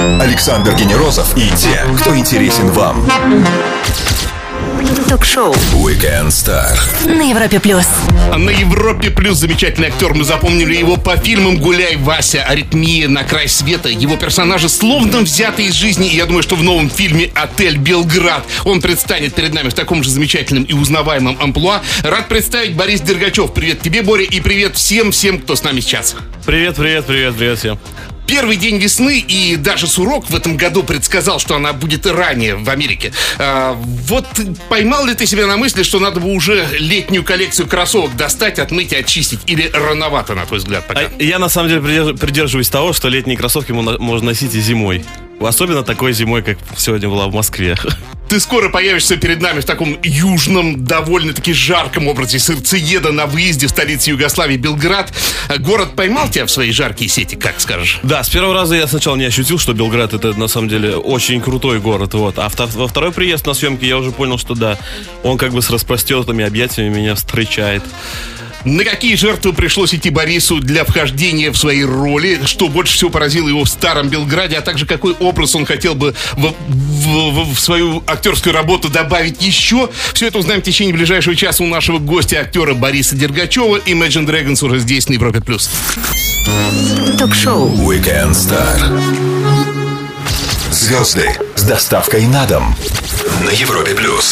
Александр Генерозов и те, кто интересен вам. Ток-шоу Weekend Star на Европе Плюс. На Европе Плюс замечательный актер. Мы запомнили его по фильмам «Гуляй, Вася», «Аритмия», «На край света». Его персонажи словно взяты из жизни. И я думаю, что в новом фильме «Отель Белград» он предстанет перед нами в таком же замечательном и узнаваемом амплуа. Рад представить Борис Дергачев. Привет тебе, Боря, и привет всем, кто с нами сейчас. Привет всем. Первый день весны, и даже Сурок в этом году предсказал, что она будет ранее в Америке. Вот поймал ли ты себя на мысли, что надо бы уже летнюю коллекцию кроссовок достать, отмыть и очистить? Или рановато, на твой взгляд, пока? Я на самом деле придерживаюсь того, что летние кроссовки можно носить и зимой. Особенно такой зимой, как сегодня была в Москве. Ты скоро появишься перед нами в таком южном, довольно-таки жарком образе сердцееда на выезде в столице Югославии Белград. Город поймал тебя в свои жаркие сети, как скажешь? Да, с первого раза я сначала не ощутил, что Белград это на самом деле очень крутой город. Вот. А во второй приезд на съемки я уже понял, что да, он как бы с распростертыми объятиями меня встречает. На какие жертвы пришлось идти Борису для вхождения в свои роли? Что больше всего поразило его в старом Белграде? А также какой образ он хотел бы в свою актерскую работу добавить еще? Все это узнаем в течение ближайшего часа у нашего гостя, актера Бориса Дергачева. Imagine Dragons уже здесь, на Европе+. Ток-шоу Weekend Star. Звезды с доставкой на дом на Европе+.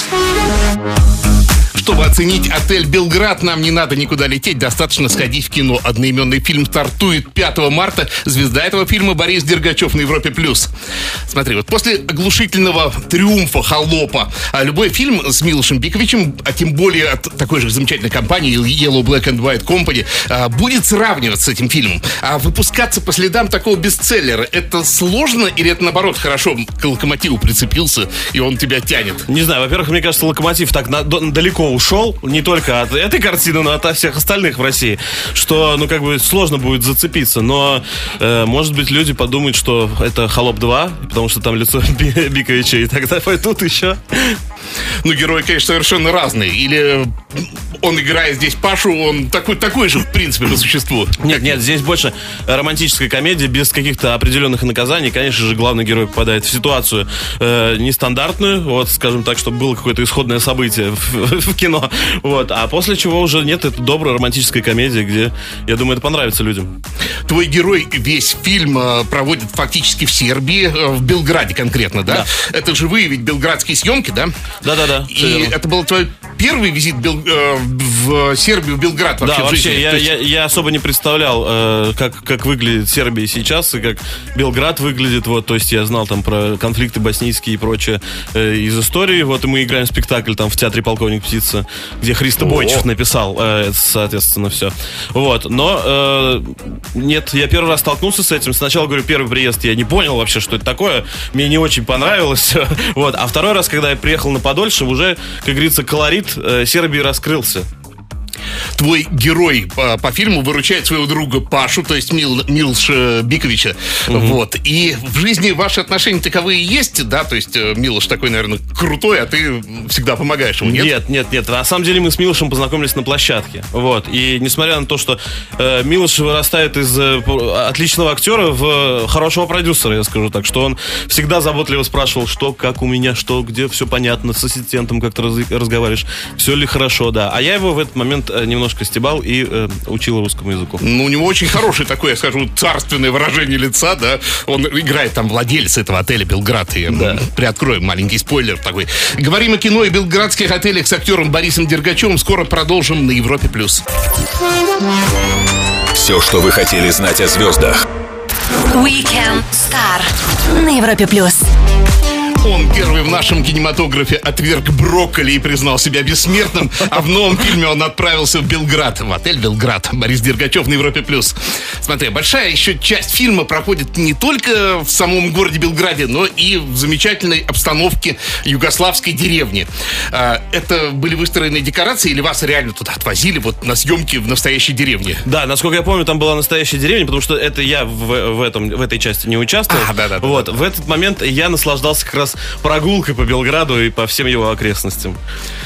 Чтобы оценить «Отель Белград», нам не надо никуда лететь, достаточно сходить в кино. Одноименный фильм стартует 5 марта. Звезда этого фильма Борис Дергачев на Европе+. Смотри, вот после оглушительного триумфа «Холопа» любой фильм с Милошем Биковичем, а тем более от такой же замечательной компании Yellow Black and White Company, будет сравниваться с этим фильмом. А выпускаться по следам такого бестселлера, это сложно или это, наоборот, хорошо к «Локомотиву» прицепился и он тебя тянет? Не знаю, во-первых, мне кажется, «Локомотив» так далеко ушел, не только от этой картины, но и от всех остальных в России, что, как бы сложно будет зацепиться, но, может быть, люди подумают, что это «Холоп 2», потому что там лицо Биковича, и тогда пойдут еще. Герои, конечно, совершенно разные. Или он играет здесь Пашу, он такой же, в принципе, по существу. Нет, здесь больше романтическая комедия, без каких-то определенных наказаний. Конечно же, главный герой попадает в ситуацию нестандартную, вот, скажем так, чтобы было какое-то исходное событие в кино. Вот. А после чего уже нет, это добрая романтическая комедия, где, я думаю, это понравится людям. Твой герой весь фильм проводит фактически в Сербии, в Белграде конкретно, да? Это живые ведь белградские съемки, да? Да. И это был твой первый визит в Сербию, в Белград вообще в жизни? Да, вообще, я особо не представлял, как выглядит Сербия сейчас и как Белград выглядит, вот, то есть я знал там про конфликты боснийские и прочее из истории, вот, и мы играем спектакль там в театре «Полковник Птица», где Христо Бойчев написал, соответственно, все. Вот, но нет, я первый раз столкнулся с этим. Сначала, говорю, первый приезд я не понял вообще, что это такое, мне не очень понравилось, вот, а второй раз, когда я приехал на подольше, уже, как говорится, колорит Сербии раскрылся. Твой герой по фильму выручает своего друга Пашу, то есть Милоша Биковича. Вот. И в жизни ваши отношения таковые есть, да? То есть Милош такой, наверное, крутой, а ты всегда помогаешь ему, нет? Нет. На самом деле мы с Милошем познакомились на площадке. Вот. И несмотря на то, что Милош вырастает из отличного актера в хорошего продюсера, я скажу так, что он всегда заботливо спрашивал, что, как у меня, что, где, все понятно, с ассистентом как-то разговариваешь, все ли хорошо, да. А я его в этот момент немножко стебал и учил русскому языку. У него очень хорошее такое, я скажу, царственное выражение лица, да. Он играет там владельца этого отеля «Белград». И приоткроем маленький спойлер такой. Говорим о кино и белградских отелях с актером Борисом Дергачевым. Скоро продолжим на Европе+. Все, что вы хотели знать о звездах. Weekend Star на Европе+. Он первый в нашем кинематографе отверг брокколи и признал себя бессмертным, а в новом фильме он отправился в Белград, в отель «Белград». Борис Дергачев на Европе+. Смотри, большая еще часть фильма проходит не только в самом городе Белграде, но и в замечательной обстановке югославской деревни. Это были выстроенные декорации или вас реально туда отвозили вот на съемки в настоящей деревне? Да, насколько я помню, там была настоящая деревня, потому что это я в этой части не участвовал. В этот момент я наслаждался как раз прогулкой по Белграду и по всем его окрестностям.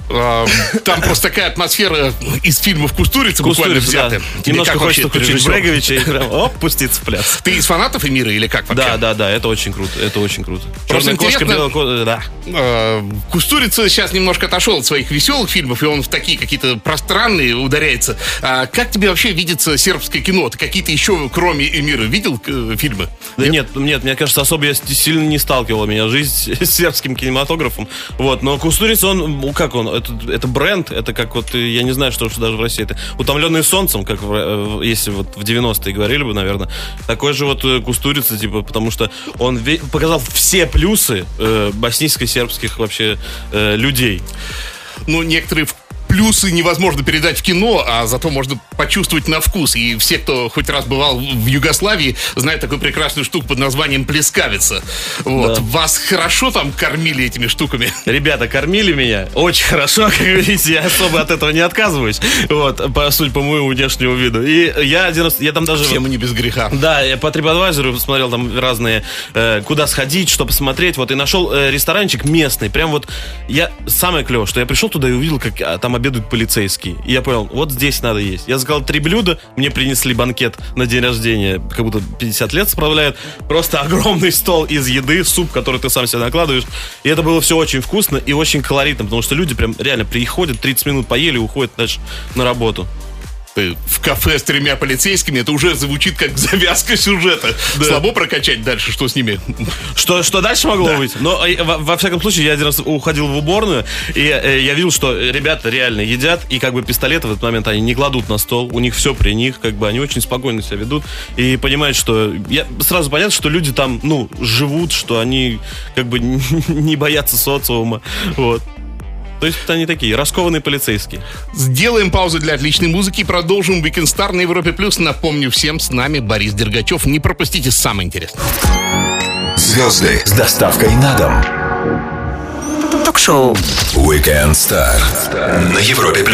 Там просто такая атмосфера из фильмов «Кустурица» буквально взята. Да. Немножко хочется включить Бреговича и прям пуститься в пляс. Ты из фанатов «Эмира» или как вообще? Да, это очень круто, это очень круто. Просто «Черная кошка», «Белая кошка», да. «Кустурица» сейчас немножко отошел от своих веселых фильмов, и он в такие какие-то пространные ударяется. Как тебе вообще видится сербское кино? Ты какие-то еще, кроме «Эмира», видел фильмы? Да нет, мне кажется, особо я сильно не сталкивала меня жизнь с сербским кинематографом. Вот, но «Кустурица», он, как он, это бренд, это как вот, я не знаю, что даже в России, это «Утомленные солнцем», как если вот в 90-е говорили бы, наверное, такой же вот «Кустурица», типа, потому что он показал все плюсы боснийско-сербских вообще людей. Ну, некоторые плюсы невозможно передать в кино, а зато можно почувствовать на вкус. И все, кто хоть раз бывал в Югославии, знают такую прекрасную штуку под названием плескавица. Вот. Да. Вас хорошо там кормили этими штуками? Ребята, кормили меня очень хорошо, как видите, я особо от этого не отказываюсь. Вот, судя по моему внешнему виду. И я там даже... Все мы не без греха. Да, я по TripAdvisor посмотрел там разные, куда сходить, что посмотреть, вот, и нашел ресторанчик местный. Прям вот, самое клевое, что я пришел туда и увидел, как там обедают полицейские. И я понял, вот здесь надо есть. Я заказал 3 блюда, мне принесли банкет на день рождения, как будто 50 лет справляют. Просто огромный стол из еды, суп, который ты сам себе накладываешь. И это было все очень вкусно и очень колоритно, потому что люди прям реально приходят, 30 минут поели и уходят дальше на работу. В кафе с 3 полицейскими, это уже звучит как завязка сюжета. Да. Слабо прокачать дальше, что с ними? Что дальше могло быть? Но во всяком случае, я один раз уходил в уборную, и я видел, что ребята реально едят, и как бы пистолеты в этот момент они не кладут на стол, у них все при них, как бы они очень спокойно себя ведут, и понимают, что... Сразу понятно, что люди там, живут, что они как бы не боятся социума, вот. То есть они такие, раскованные полицейские. Сделаем паузу для отличной музыки и продолжим Weekend Star на Европе+. Напомню всем, с нами Борис Дергачев. Не пропустите самое интересное. Звезды с доставкой на дом. Ток-шоу Weekend Star на Европе+.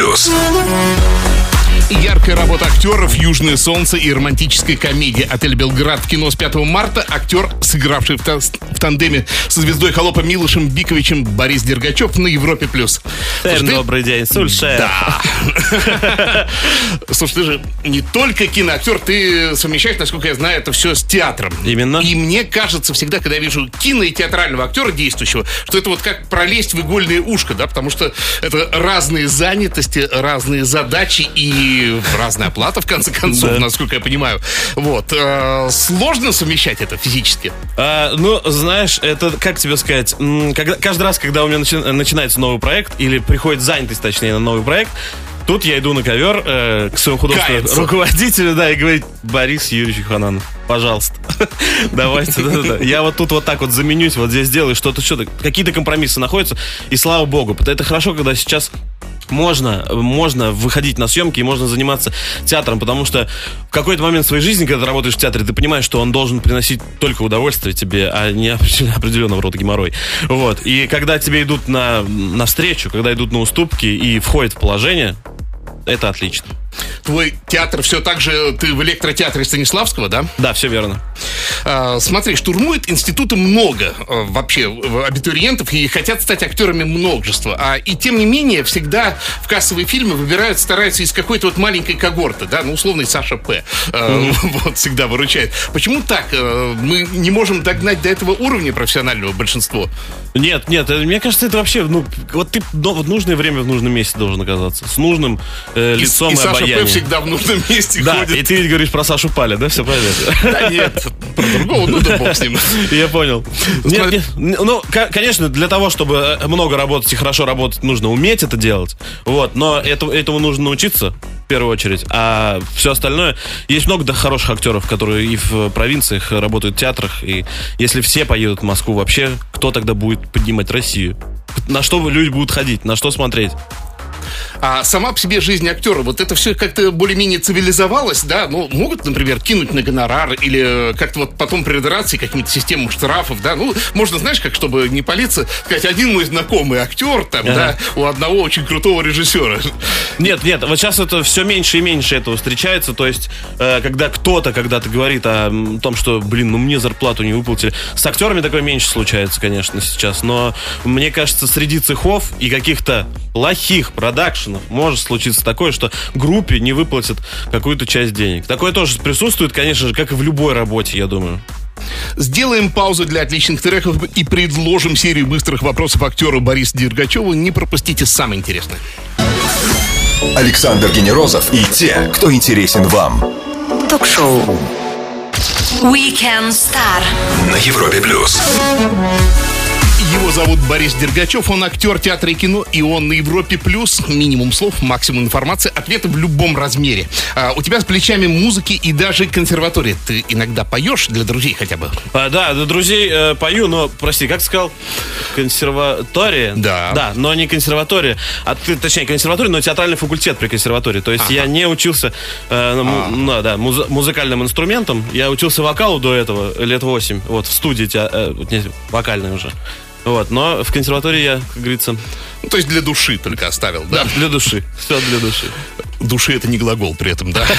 Яркая работа актеров, «Южное солнце» и романтическая комедия «Отель Белград» в кино с 5 марта. Актер, сыгравший в тандеме со звездой холопа Милошем Биковичем, Борис Дергачев на Европе+. Добрый день, Сульшер. Да. Слушай, ты же не только киноактер, ты совмещаешь, насколько я знаю, это все с театром. Именно. И мне кажется всегда, когда я вижу кино- и театрального актера действующего, что это вот как пролезть в игольное ушко, да, потому что это разные занятости, разные задачи и разная оплата, в конце концов, да. Насколько я понимаю. Вот. Сложно совмещать это физически? Знаешь, это, как тебе сказать, каждый раз, когда у меня начинается новый проект, или приходит занятость, точнее, на новый проект, тут я иду на ковер к своему художественному руководителю, да, и говорит: Борис Юрьевич Хананов, пожалуйста, давайте, я вот тут вот так вот заменюсь, вот здесь делаю что-то, какие-то компромиссы находятся, и слава богу, это хорошо, когда сейчас можно выходить на съемки и можно заниматься театром, потому что в какой-то момент своей жизни, когда ты работаешь в театре, ты понимаешь, что он должен приносить только удовольствие тебе, а не определенного рода геморрой. Вот. И когда тебе идут на встречу, когда идут на уступки и входят в положение, это отлично. Твой театр все так же, ты в электротеатре Станиславского, да? Да, все верно. Смотри, штурмует институты много вообще абитуриентов и хотят стать актерами множества. И тем не менее, всегда в кассовые фильмы стараются из какой-то вот маленькой когорты, да, условный Саша П. Вот всегда выручает. Почему так? Мы не можем догнать до этого уровня профессионального большинство? Нет, мне кажется, это вообще, вот ты в нужное время в нужном месте должен оказаться. С нужным лицом и обаянием. Саша П. всегда в нужном месте ходит. Да, и ты ведь говоришь про Сашу Паля, да? Все правильно? Да нет, про другого, да бог с ним. Я понял. Конечно, для того, чтобы много работать и хорошо работать, нужно уметь это делать. Вот, но этому нужно научиться в первую очередь. А все остальное... Есть много хороших актеров, которые и в провинциях работают в театрах. И если все поедут в Москву, вообще, кто тогда будет поднимать Россию? На что люди будут ходить? На что смотреть? А сама по себе жизнь актера, вот это все как-то более-менее цивилизовалось, да? Ну, могут, например, кинуть на гонорар или как-то вот потом придраться и каким-то системам штрафов, да? Ну, можно, знаешь, как, чтобы не палиться, сказать, один мой знакомый актер, там, да, у одного очень крутого режиссера. Нет, вот сейчас это все меньше и меньше этого встречается, то есть, когда кто-то когда-то говорит о том, что, блин, ну мне зарплату не выплатили. С актерами такое меньше случается, конечно, сейчас, но мне кажется, среди цехов и каких-то плохих продакшенов может случиться такое, что группе не выплатят какую-то часть денег. Такое тоже присутствует, конечно же, как и в любой работе, я думаю. Сделаем паузу для отличных треков и предложим серию быстрых вопросов актеру Борису Дергачеву. Не пропустите самое интересное. Александр Генерозов и те, кто интересен вам. Ток-шоу Weekend Star На Европе+. Его зовут Борис Дергачев, он актер театра и кино, и он на Европе+. Минимум слов, максимум информации, ответы в любом размере. У тебя с плечами музыки и даже консерватория. Ты иногда поешь для друзей хотя бы? Да, для друзей пою, но, прости, как ты сказал? Консерватория? Да. Да, но не консерватория, точнее, консерватория, но театральный факультет при консерватории. То есть я не учился музыкальным инструментом, я учился вокалу до этого лет 8, вот, в студии вокальной уже. Вот, но в консерватории я, как говорится... Ну, то есть для души только оставил, да? Да, для души, все для души. Души — это не глагол при этом, да?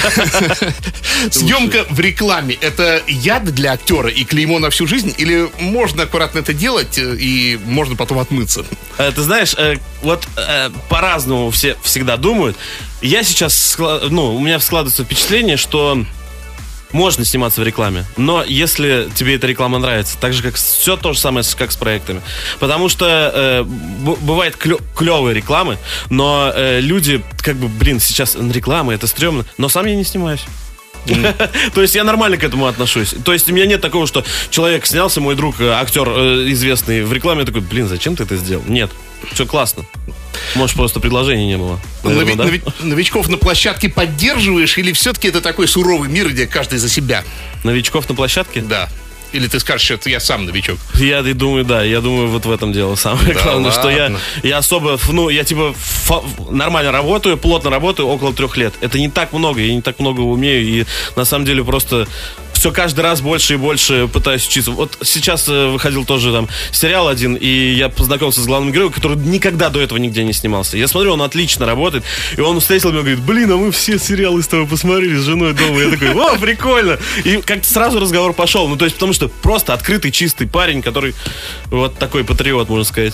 Съемка в рекламе — это яд для актера и клеймо на всю жизнь? Или можно аккуратно это делать и можно потом отмыться? Ты знаешь, вот по-разному все всегда думают. Я сейчас, у меня складывается впечатление, что... Можно сниматься в рекламе, но если тебе эта реклама нравится, так же, как все то же самое, как с проектами. Потому что бывают клевые рекламы, но люди, сейчас реклама, это стрёмно, но сам я не снимаюсь. То есть я нормально к этому отношусь. То есть у меня нет такого, что человек снялся, мой друг, актер известный, в рекламе, я такой, зачем ты это сделал? Нет, все классно. Может, просто предложений не было. Наверное, да? Новичков на площадке поддерживаешь или все-таки это такой суровый мир, где каждый за себя? Новичков на площадке? Да. Или ты скажешь, что я сам новичок? Я думаю, вот в этом дело самое главное, что я особо, нормально работаю, плотно работаю около 3 лет. Это не так много, я не так много умею, и на самом деле просто все каждый раз больше и больше пытаюсь учиться. Вот сейчас выходил тоже там сериал один, и я познакомился с главным героем, который никогда до этого нигде не снимался. Я смотрю, он отлично работает, и он встретил меня и говорит, а мы все сериалы с тобой посмотрели с женой дома. Я такой, прикольно. И как-то сразу разговор пошел. Ну, то есть, потому что просто открытый, чистый парень, который вот такой патриот, можно сказать.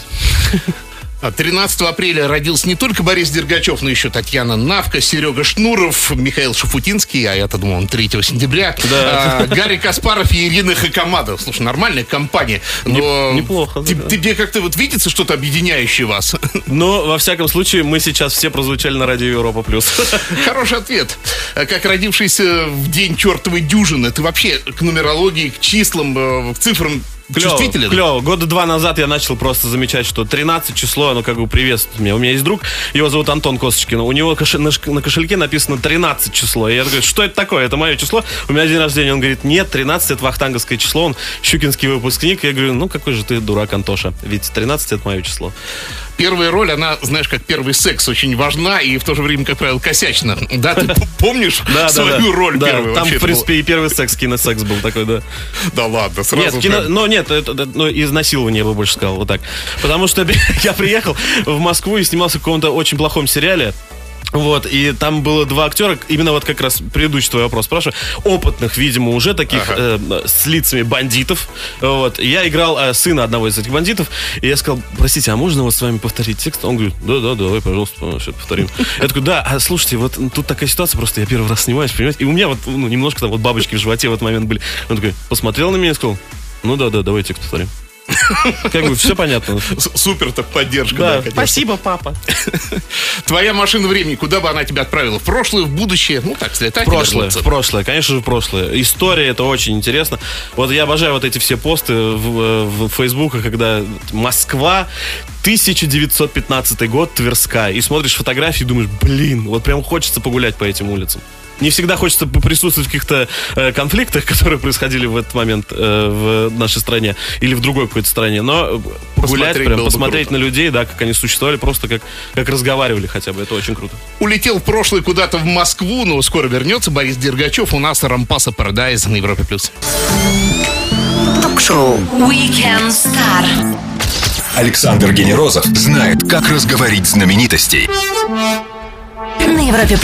13 апреля родился не только Борис Дергачев, но еще Татьяна Навка, Серега Шнуров, Михаил Шафутинский, а я-то думал, он 3 сентября, да. Гарри Каспаров и Ирина Хакамадова. Слушай, нормальная компания. Но неплохо. Тебе как-то вот видится что-то объединяющее вас? Но, во всяком случае, мы сейчас все прозвучали на радио Европа+. Хороший ответ. Как родившийся в день чертовой дюжины, ты вообще к нумерологии, к числам, к цифрам чувствителен? Клево. 2 года назад я начал просто замечать, что 13 число, оно приветствует меня. У меня есть друг, его зовут Антон Косточкин. У него на кошельке написано 13 число. И я говорю, что это такое? Это мое число. У меня день рождения. Он говорит, нет, 13 это вахтанговское число. Он щукинский выпускник. Я говорю, какой же ты дурак, Антоша. Ведь 13 это мое число. Первая роль, она, знаешь, как первый секс, очень важна и в то же время, как правило, косячна. Да, ты помнишь свою роль первую? Там, в принципе, и первый секс, киносекс был такой, да. Да ладно, сразу же. Нет, изнасилование, я бы больше сказал, вот так. Потому что я приехал в Москву и снимался в каком-то очень плохом сериале. Вот, и там было 2 актера, именно вот как раз предыдущий твой вопрос спрашиваю, опытных, видимо, уже таких с лицами бандитов. Вот, я играл сына одного из этих бандитов, и я сказал, простите, а можно вот с вами повторить текст? Он говорит, да, давай, пожалуйста, сейчас повторим. Я такой, да, слушайте, вот тут такая ситуация, просто я первый раз снимаюсь, понимаете, и у меня вот немножко там вот бабочки в животе в этот момент были. Он такой посмотрел на меня и сказал, да, давай текст повторим. Все понятно. Супер-то поддержка. Да, конечно. Спасибо, папа. Твоя машина времени, куда бы она тебя отправила? В прошлое, в будущее? Слетать. В прошлое, конечно же, в прошлое. История, это очень интересно. Вот я обожаю вот эти все посты в Фейсбуке, когда Москва, 1915 год, Тверская. И смотришь фотографии и думаешь, вот прям хочется погулять по этим улицам. не всегда хочется присутствовать в каких-то конфликтах, которые происходили в этот момент в нашей стране или в другой какой-то стране, но гулять, прям посмотреть на людей, да, как они существовали, просто как разговаривали хотя бы, это очень круто. Улетел в прошлое куда-то в Москву, но скоро вернется Борис Дергачев. У нас Рампаса Парадайз на Европе+. Ток-шоу Weekend Star. Александр Генерозов знает, как разговорить знаменитостей. На Европе+.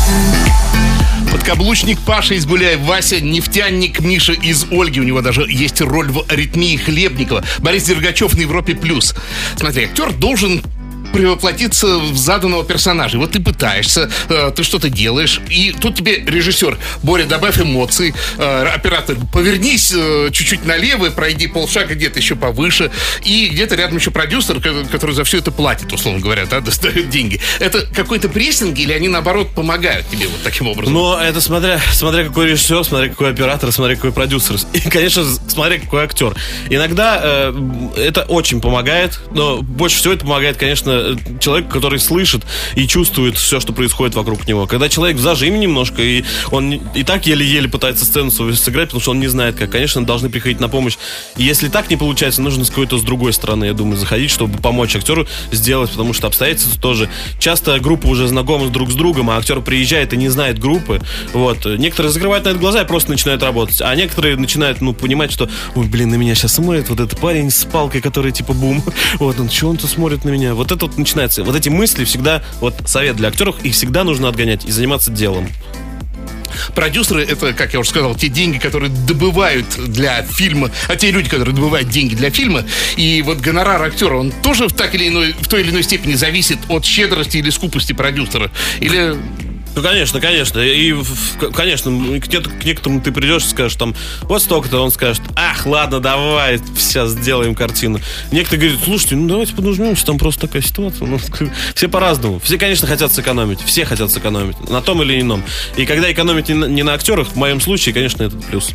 Подкаблучник Паша из Гуляев, Вася, нефтяник Миша из Ольги. У него даже есть роль в «Аритмии» Хлебникова. Борис Дергачев на Европе+. Смотри, актер должен превоплотиться в заданного персонажа. И вот ты пытаешься, ты что-то делаешь, и тут тебе режиссер: Боря, добавь эмоций, оператор, повернись чуть-чуть налево, пройди полшага где-то еще повыше, и где-то рядом еще продюсер, который за все это платит, условно говоря, да, достает деньги. Это какой-то прессинг, или они, наоборот, помогают тебе вот таким образом? Но это смотря какой режиссер, смотря какой оператор, смотря какой продюсер. И, конечно, смотря какой актер. Иногда это очень помогает, но больше всего это помогает, конечно, человек, который слышит и чувствует все, что происходит вокруг него. Когда человек в зажиме немножко, и он и так еле-еле пытается сцену сыграть, потому что он не знает как, конечно, должны приходить на помощь. И если так не получается, нужно с какой-то с другой стороны, я думаю, заходить, чтобы помочь актеру сделать, потому что обстоятельства тоже. Часто группа уже знакома друг с другом, а актер приезжает и не знает группы. Вот. Некоторые закрывают на это глаза и просто начинают работать. А некоторые начинают, понимать, что, ой, блин, на меня сейчас смотрит вот этот парень с палкой, который типа бум. Вот, что он-то смотрит на меня? Вот это вот начинается. Вот эти мысли всегда, вот совет для актеров, их всегда нужно отгонять и заниматься делом. Продюсеры — это, как я уже сказал, те деньги, которые добывают для фильма, те люди, которые добывают деньги для фильма. И вот гонорар актера, он тоже в той или иной степени зависит от щедрости или скупости продюсера? Или... Ну, конечно. И, конечно, к некоторым ты придешь и скажешь, там, вот столько-то, он скажет: ах, ладно, давай, сейчас сделаем картину. Некоторые говорят: слушайте, давайте поднажмемся, там просто такая ситуация. Все по-разному. Все, конечно, хотят сэкономить. Все хотят сэкономить. На том или ином. И когда экономить не на актерах, в моем случае, конечно, это плюс.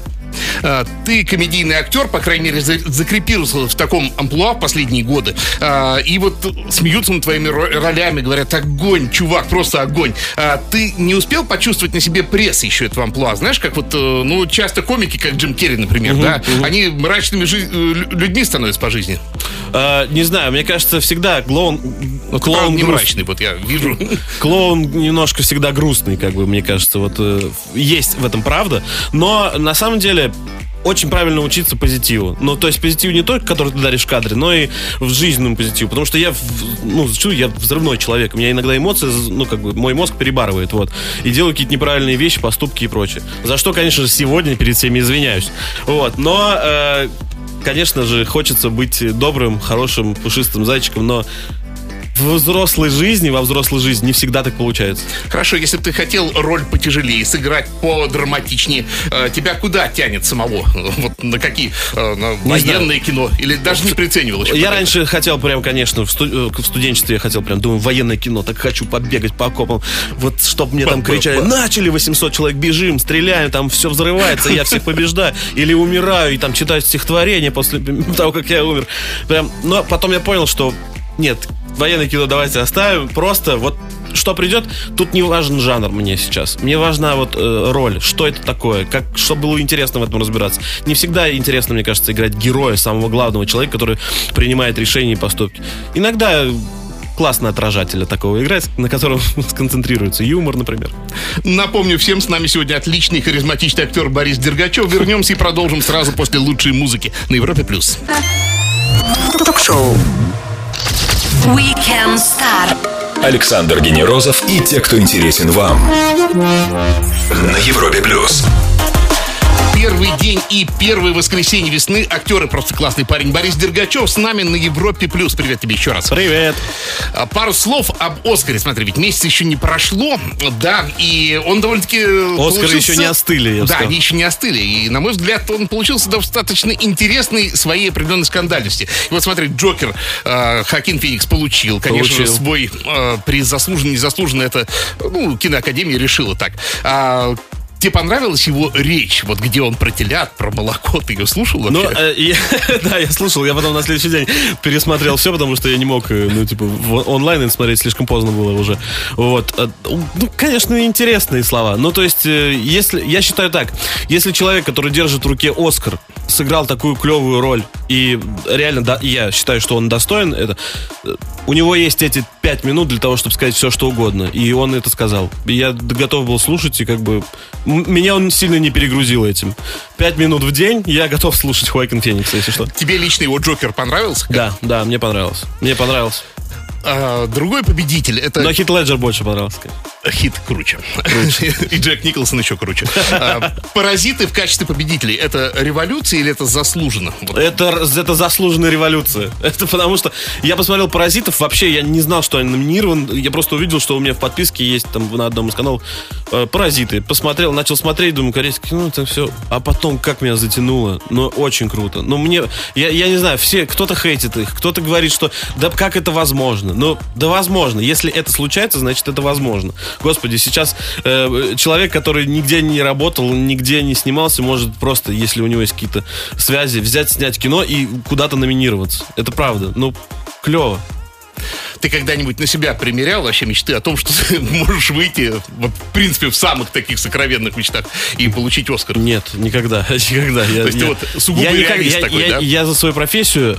Ты комедийный актер, по крайней мере, закрепился в таком амплуа в последние годы. И вот смеются над твоими ролями, говорят: огонь, чувак, просто огонь. Ты не успел почувствовать на себе пресс еще этого амплуа? Знаешь, как вот, часто комики, как Джим Керри, например, они мрачными людьми становятся по жизни. Не знаю, мне кажется, всегда клоун не мрачный, вот я вижу. Клоун немножко всегда грустный, как бы, мне кажется. Вот есть в этом правда. Но на самом деле очень правильно учиться позитиву. То есть позитив не только, который ты даришь в кадре, но и в жизненном позитиве. Потому что я взрывной человек. У меня иногда эмоции, мой мозг перебарывает, вот. И делаю какие-то неправильные вещи, поступки и прочее. За что, конечно же, сегодня перед всеми извиняюсь. Вот. Но, конечно же, хочется быть добрым, хорошим, пушистым зайчиком, но во взрослой жизни не всегда так получается. Хорошо, если бы ты хотел роль потяжелее, сыграть подраматичнее, тебя куда тянет самого? Вот на какие? На военное кино? Или даже не приценивал еще? Я раньше хотел прям, конечно, в студенчестве я хотел прям, думаю, военное кино, так хочу побегать по окопам, вот чтоб мне там кричали: начали, 800 человек, бежим, стреляем, там все взрывается, я всех побеждаю. Или умираю и там читаю стихотворение после того, как я умер. Прям, но потом я понял, что нет, военное кино давайте оставим. Просто вот что придет, тут не важен жанр мне сейчас. Мне важна вот роль, что это такое, что было интересно в этом разбираться. Не всегда интересно, мне кажется, играть героя, самого главного человека, который принимает решения и поступки. Иногда классно отражателя такого играть, на котором сконцентрируется юмор, например. Напомню всем, с нами сегодня отличный харизматичный актер Борис Дергачев. Вернемся и продолжим сразу после лучшей музыки на Европе+. Ток-шоу Weekend Star. Александр Генерозов и те, кто интересен вам. На Европе+. Первый день и первое воскресенье весны. Актеры, просто классный парень Борис Дергачев с нами на Европе+. Привет тебе еще раз. Привет. Пару слов об Оскаре. Смотри, ведь месяц еще не прошло, да, и он довольно-таки Оскары еще не остыли, я бы сказал. Да, они еще не остыли. И, на мой взгляд, он получился достаточно интересный своей определенной скандальности. И вот смотри, Джокер Хоакин Феникс получил, конечно, свой приз заслуженный, незаслуженный. Это, киноакадемия решила так. тебе понравилась его речь? Вот где он про телят, про молоко, ты ее слушал вообще? Да, я слушал. Я потом на следующий день пересмотрел все, потому что я не мог, онлайн это смотреть, слишком поздно было уже. Вот. Конечно, интересные слова. То есть, я считаю так, если человек, который держит в руке Оскар, сыграл такую клевую роль, и реально, да, я считаю, что он достоин это, у него есть эти 5 минут для того, чтобы сказать все, что угодно. И он это сказал. И я готов был слушать, и меня он сильно не перегрузил этим. 5 минут в день я готов слушать Хоакин Феникса, если что. Тебе лично его Джокер понравился? Да, мне понравился. Другой победитель это... Но Хит Леджер больше понравился. Хит круче. И Джек Николсон еще круче. «Паразиты» в качестве победителей — это революция или это заслуженно? Это заслуженная революция. Это потому что я посмотрел «Паразитов», вообще я не знал, что они номинированы. Я просто увидел, что у меня в подписке есть там на одном из каналов «Паразиты». Посмотрел, начал смотреть, думаю, корейский, это все. А потом как меня затянуло. Очень круто. Я не знаю, кто-то хейтит их, кто-то говорит, что да как это возможно? Да возможно. Если это случается, значит это возможно. Господи, сейчас человек, который нигде не работал, нигде не снимался, может просто, если у него есть какие-то связи, взять, снять кино и куда-то номинироваться. Это правда. Клево. Ты когда-нибудь на себя примерял вообще мечты о том, что ты можешь выйти, в принципе, в самых таких сокровенных мечтах и получить Оскар? Нет, никогда. То есть ты сугубый реалист такой, да? Я за свою профессию,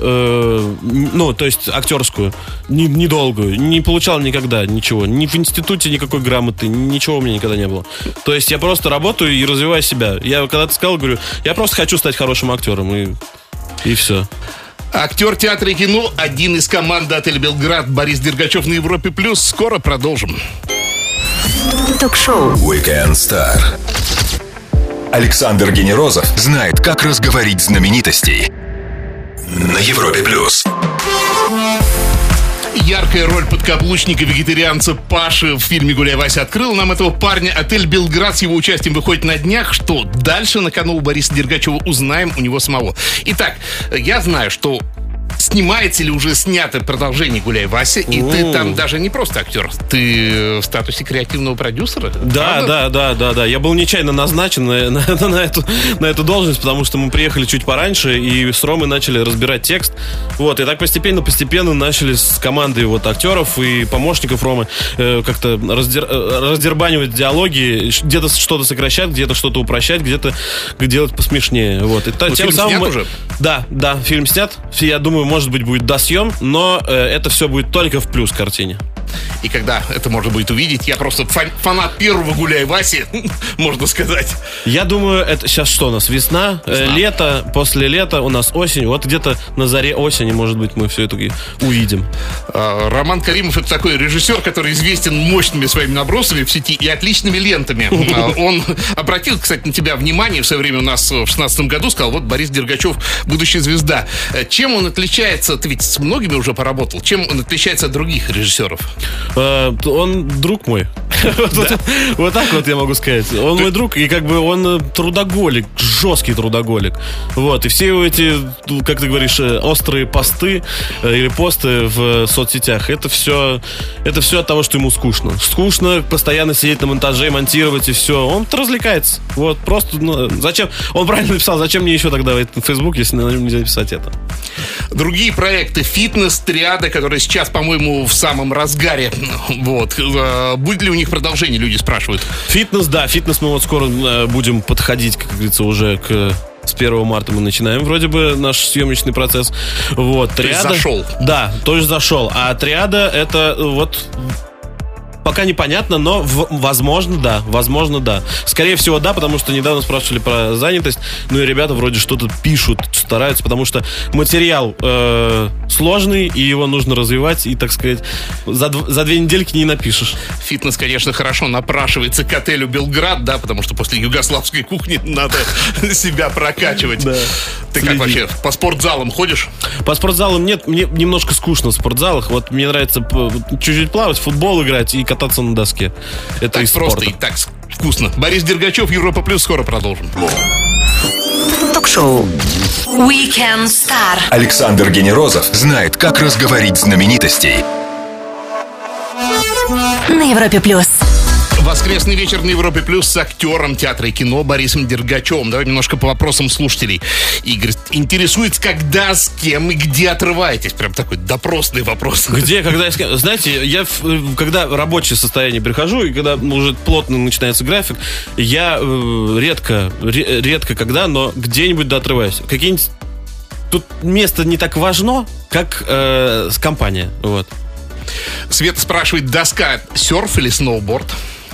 то есть актерскую, недолгую, не получал никогда ничего. Ни в институте никакой грамоты, ничего у меня никогда не было. То есть я просто работаю и развиваю себя. Я когда-то сказал, говорю, я просто хочу стать хорошим актером, и все. Актер театра и кино, один из команды «Отель Белград» Борис Дергачев на Европе+. Скоро продолжим. Ток-шоу Weekend Star. Александр Генерозов знает, как разговорить знаменитостей на Европе+. Яркая роль подкаблучника-вегетарианца Паши в фильме «Гуляй, Вася» открыла нам этого парня. «Отель Белград» с его участием выходит на днях. Что дальше на кону у Бориса Дергачева, узнаем у него самого. Итак, я знаю, что снимается или уже снято продолжение «Гуляй, Вася», и ты там даже не просто актер, ты в статусе креативного продюсера. Да. Я был нечаянно назначен на эту должность, потому что мы приехали чуть пораньше и с Ромой начали разбирать текст. И так постепенно начали с командой актеров и помощников Ромы как-то раздербанивать диалоги, где-то что-то сокращать, где-то что-то упрощать, где-то делать посмешнее. Фильм снят уже? Да, фильм снят. Я думаю, может быть, будет досъем, но это все будет только в плюс картине. И когда это можно будет увидеть? Я просто фанат первого «Гуляй, Васи», можно сказать. Я думаю, это сейчас что у нас? Весна, лето, после лета у нас осень. Вот где-то на заре осени, может быть, мы все это увидим. Роман Каримов — это такой режиссер, который известен мощными своими набросами в сети и отличными лентами. Он обратил, кстати, на тебя внимание в свое время у нас в 2016 году, сказал, Борис Дергачев — будущая звезда. Чем он отличается? Ты ведь с многими уже поработал. Чем он отличается от других режиссеров? Он друг мой. Вот так вот я могу сказать. Он мой друг, и он трудоголик, жесткий трудоголик. И все его эти, как ты говоришь, острые посты или посты в соцсетях, это все от того, что ему скучно. Скучно постоянно сидеть на монтаже, монтировать и все. Он развлекается. Просто, зачем? Он правильно написал, зачем мне еще тогда в Facebook, если на нем нельзя написать это. Другие проекты: «Фитнес», «Триада», которая сейчас, по-моему, в самом разгаре. Будет ли у них продолжение, люди спрашивают. «Фитнес», да, «Фитнес» мы скоро будем подходить, как говорится, уже с 1 марта мы начинаем вроде бы наш съемочный процесс. «Триада». То есть зашел. Да, тоже зашел. А «Триада» это пока непонятно, но возможно, да. Скорее всего, да, потому что недавно спрашивали про занятость. И ребята вроде что-то пишут, стараются, потому что материал сложный, и его нужно развивать, и, так сказать, за 2 недельки не напишешь. «Фитнес», конечно, хорошо напрашивается к «Отелю Белград», да, потому что после югославской кухни надо себя прокачивать. Да. Ты как вообще, по спортзалам ходишь? По спортзалам нет, мне немножко скучно в спортзалах. Мне нравится чуть-чуть плавать, в футбол играть и кататься на доске. Это так из просто спорта. И так вкусно. Борис Дергачев, Европа+, скоро продолжим. Ток-шоу Weekend Star. Александр Генерозов знает, как разговорить знаменитостей На Европе+. воскресный вечер на Европе Плюс с актером театра и кино Борисом Дергачевым. Давай немножко по вопросам слушателей. Игорь интересуется, когда, с кем и где отрываетесь. Прям такой допросный вопрос. Где, когда я с кем? Знаете, я когда в рабочее состояние прихожу, и когда уже плотно начинается график, я редко когда, но где-нибудь доотрываюсь. Какие-нибудь... Тут место не так важно, как компания. Вот. Света спрашивает, доска серф или сноуборд?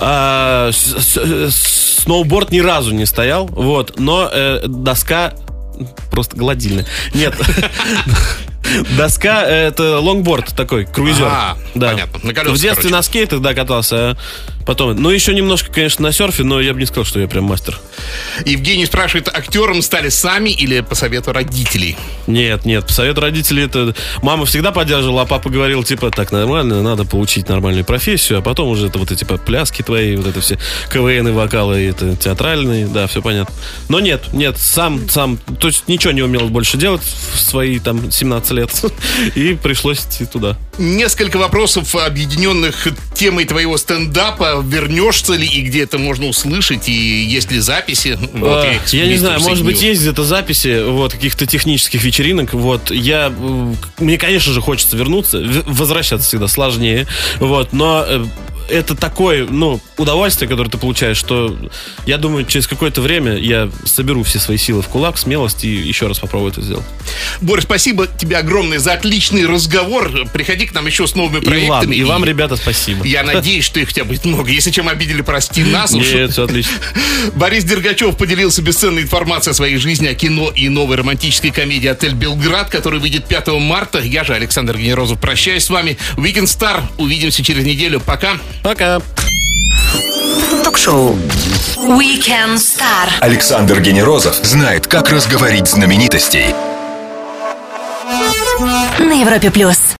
Сноуборд ни разу не стоял, вот, но доска просто гладильная. Нет. Доска — это лонгборд такой, круизер. Да. Понятно. На колесах, в детстве на скейтах, да, катался, а потом... Ну, еще немножко, конечно, на серфе, но я бы не сказал, что я прям мастер. Евгений спрашивает, актером стали сами или по совету родителей? Нет, по совету родителей это... Мама всегда поддерживала, а папа говорил, типа, так, нормально, надо получить нормальную профессию, а потом уже это вот эти пляски твои, вот это все КВН и вокалы, это театральные, да, все понятно. Но нет, сам, то есть ничего не умел больше делать в свои, там, 17 лет, и пришлось идти туда. Несколько вопросов, объединенных темой твоего стендапа. Вернешься ли и где это можно услышать? И есть ли записи? Вот, я не знаю, может быть, есть где-то записи вот, каких-то технических вечеринок. Вот, мне, конечно же, хочется вернуться. Возвращаться всегда сложнее. Вот, но... это такое, удовольствие, которое ты получаешь, что я думаю, через какое-то время я соберу все свои силы в кулак, смелость и еще раз попробую это сделать. Борис, спасибо тебе огромное за отличный разговор. Приходи к нам еще с новыми проектами. И вам, ребята, спасибо. Я надеюсь, что их у тебя будет много. Если чем обидели, прости нас. Нет, все отлично. Борис Дергачев поделился бесценной информацией о своей жизни, о кино и новой романтической комедии «Отель Белград», которая выйдет 5 марта. Я же, Александр Генерозов, прощаюсь с вами. Weekend Star. Увидимся через неделю. Пока. Пока. Ток-шоу Weekend Star. Александр Генерозов знает, как разговорить знаменитостей. На Европе Плюс.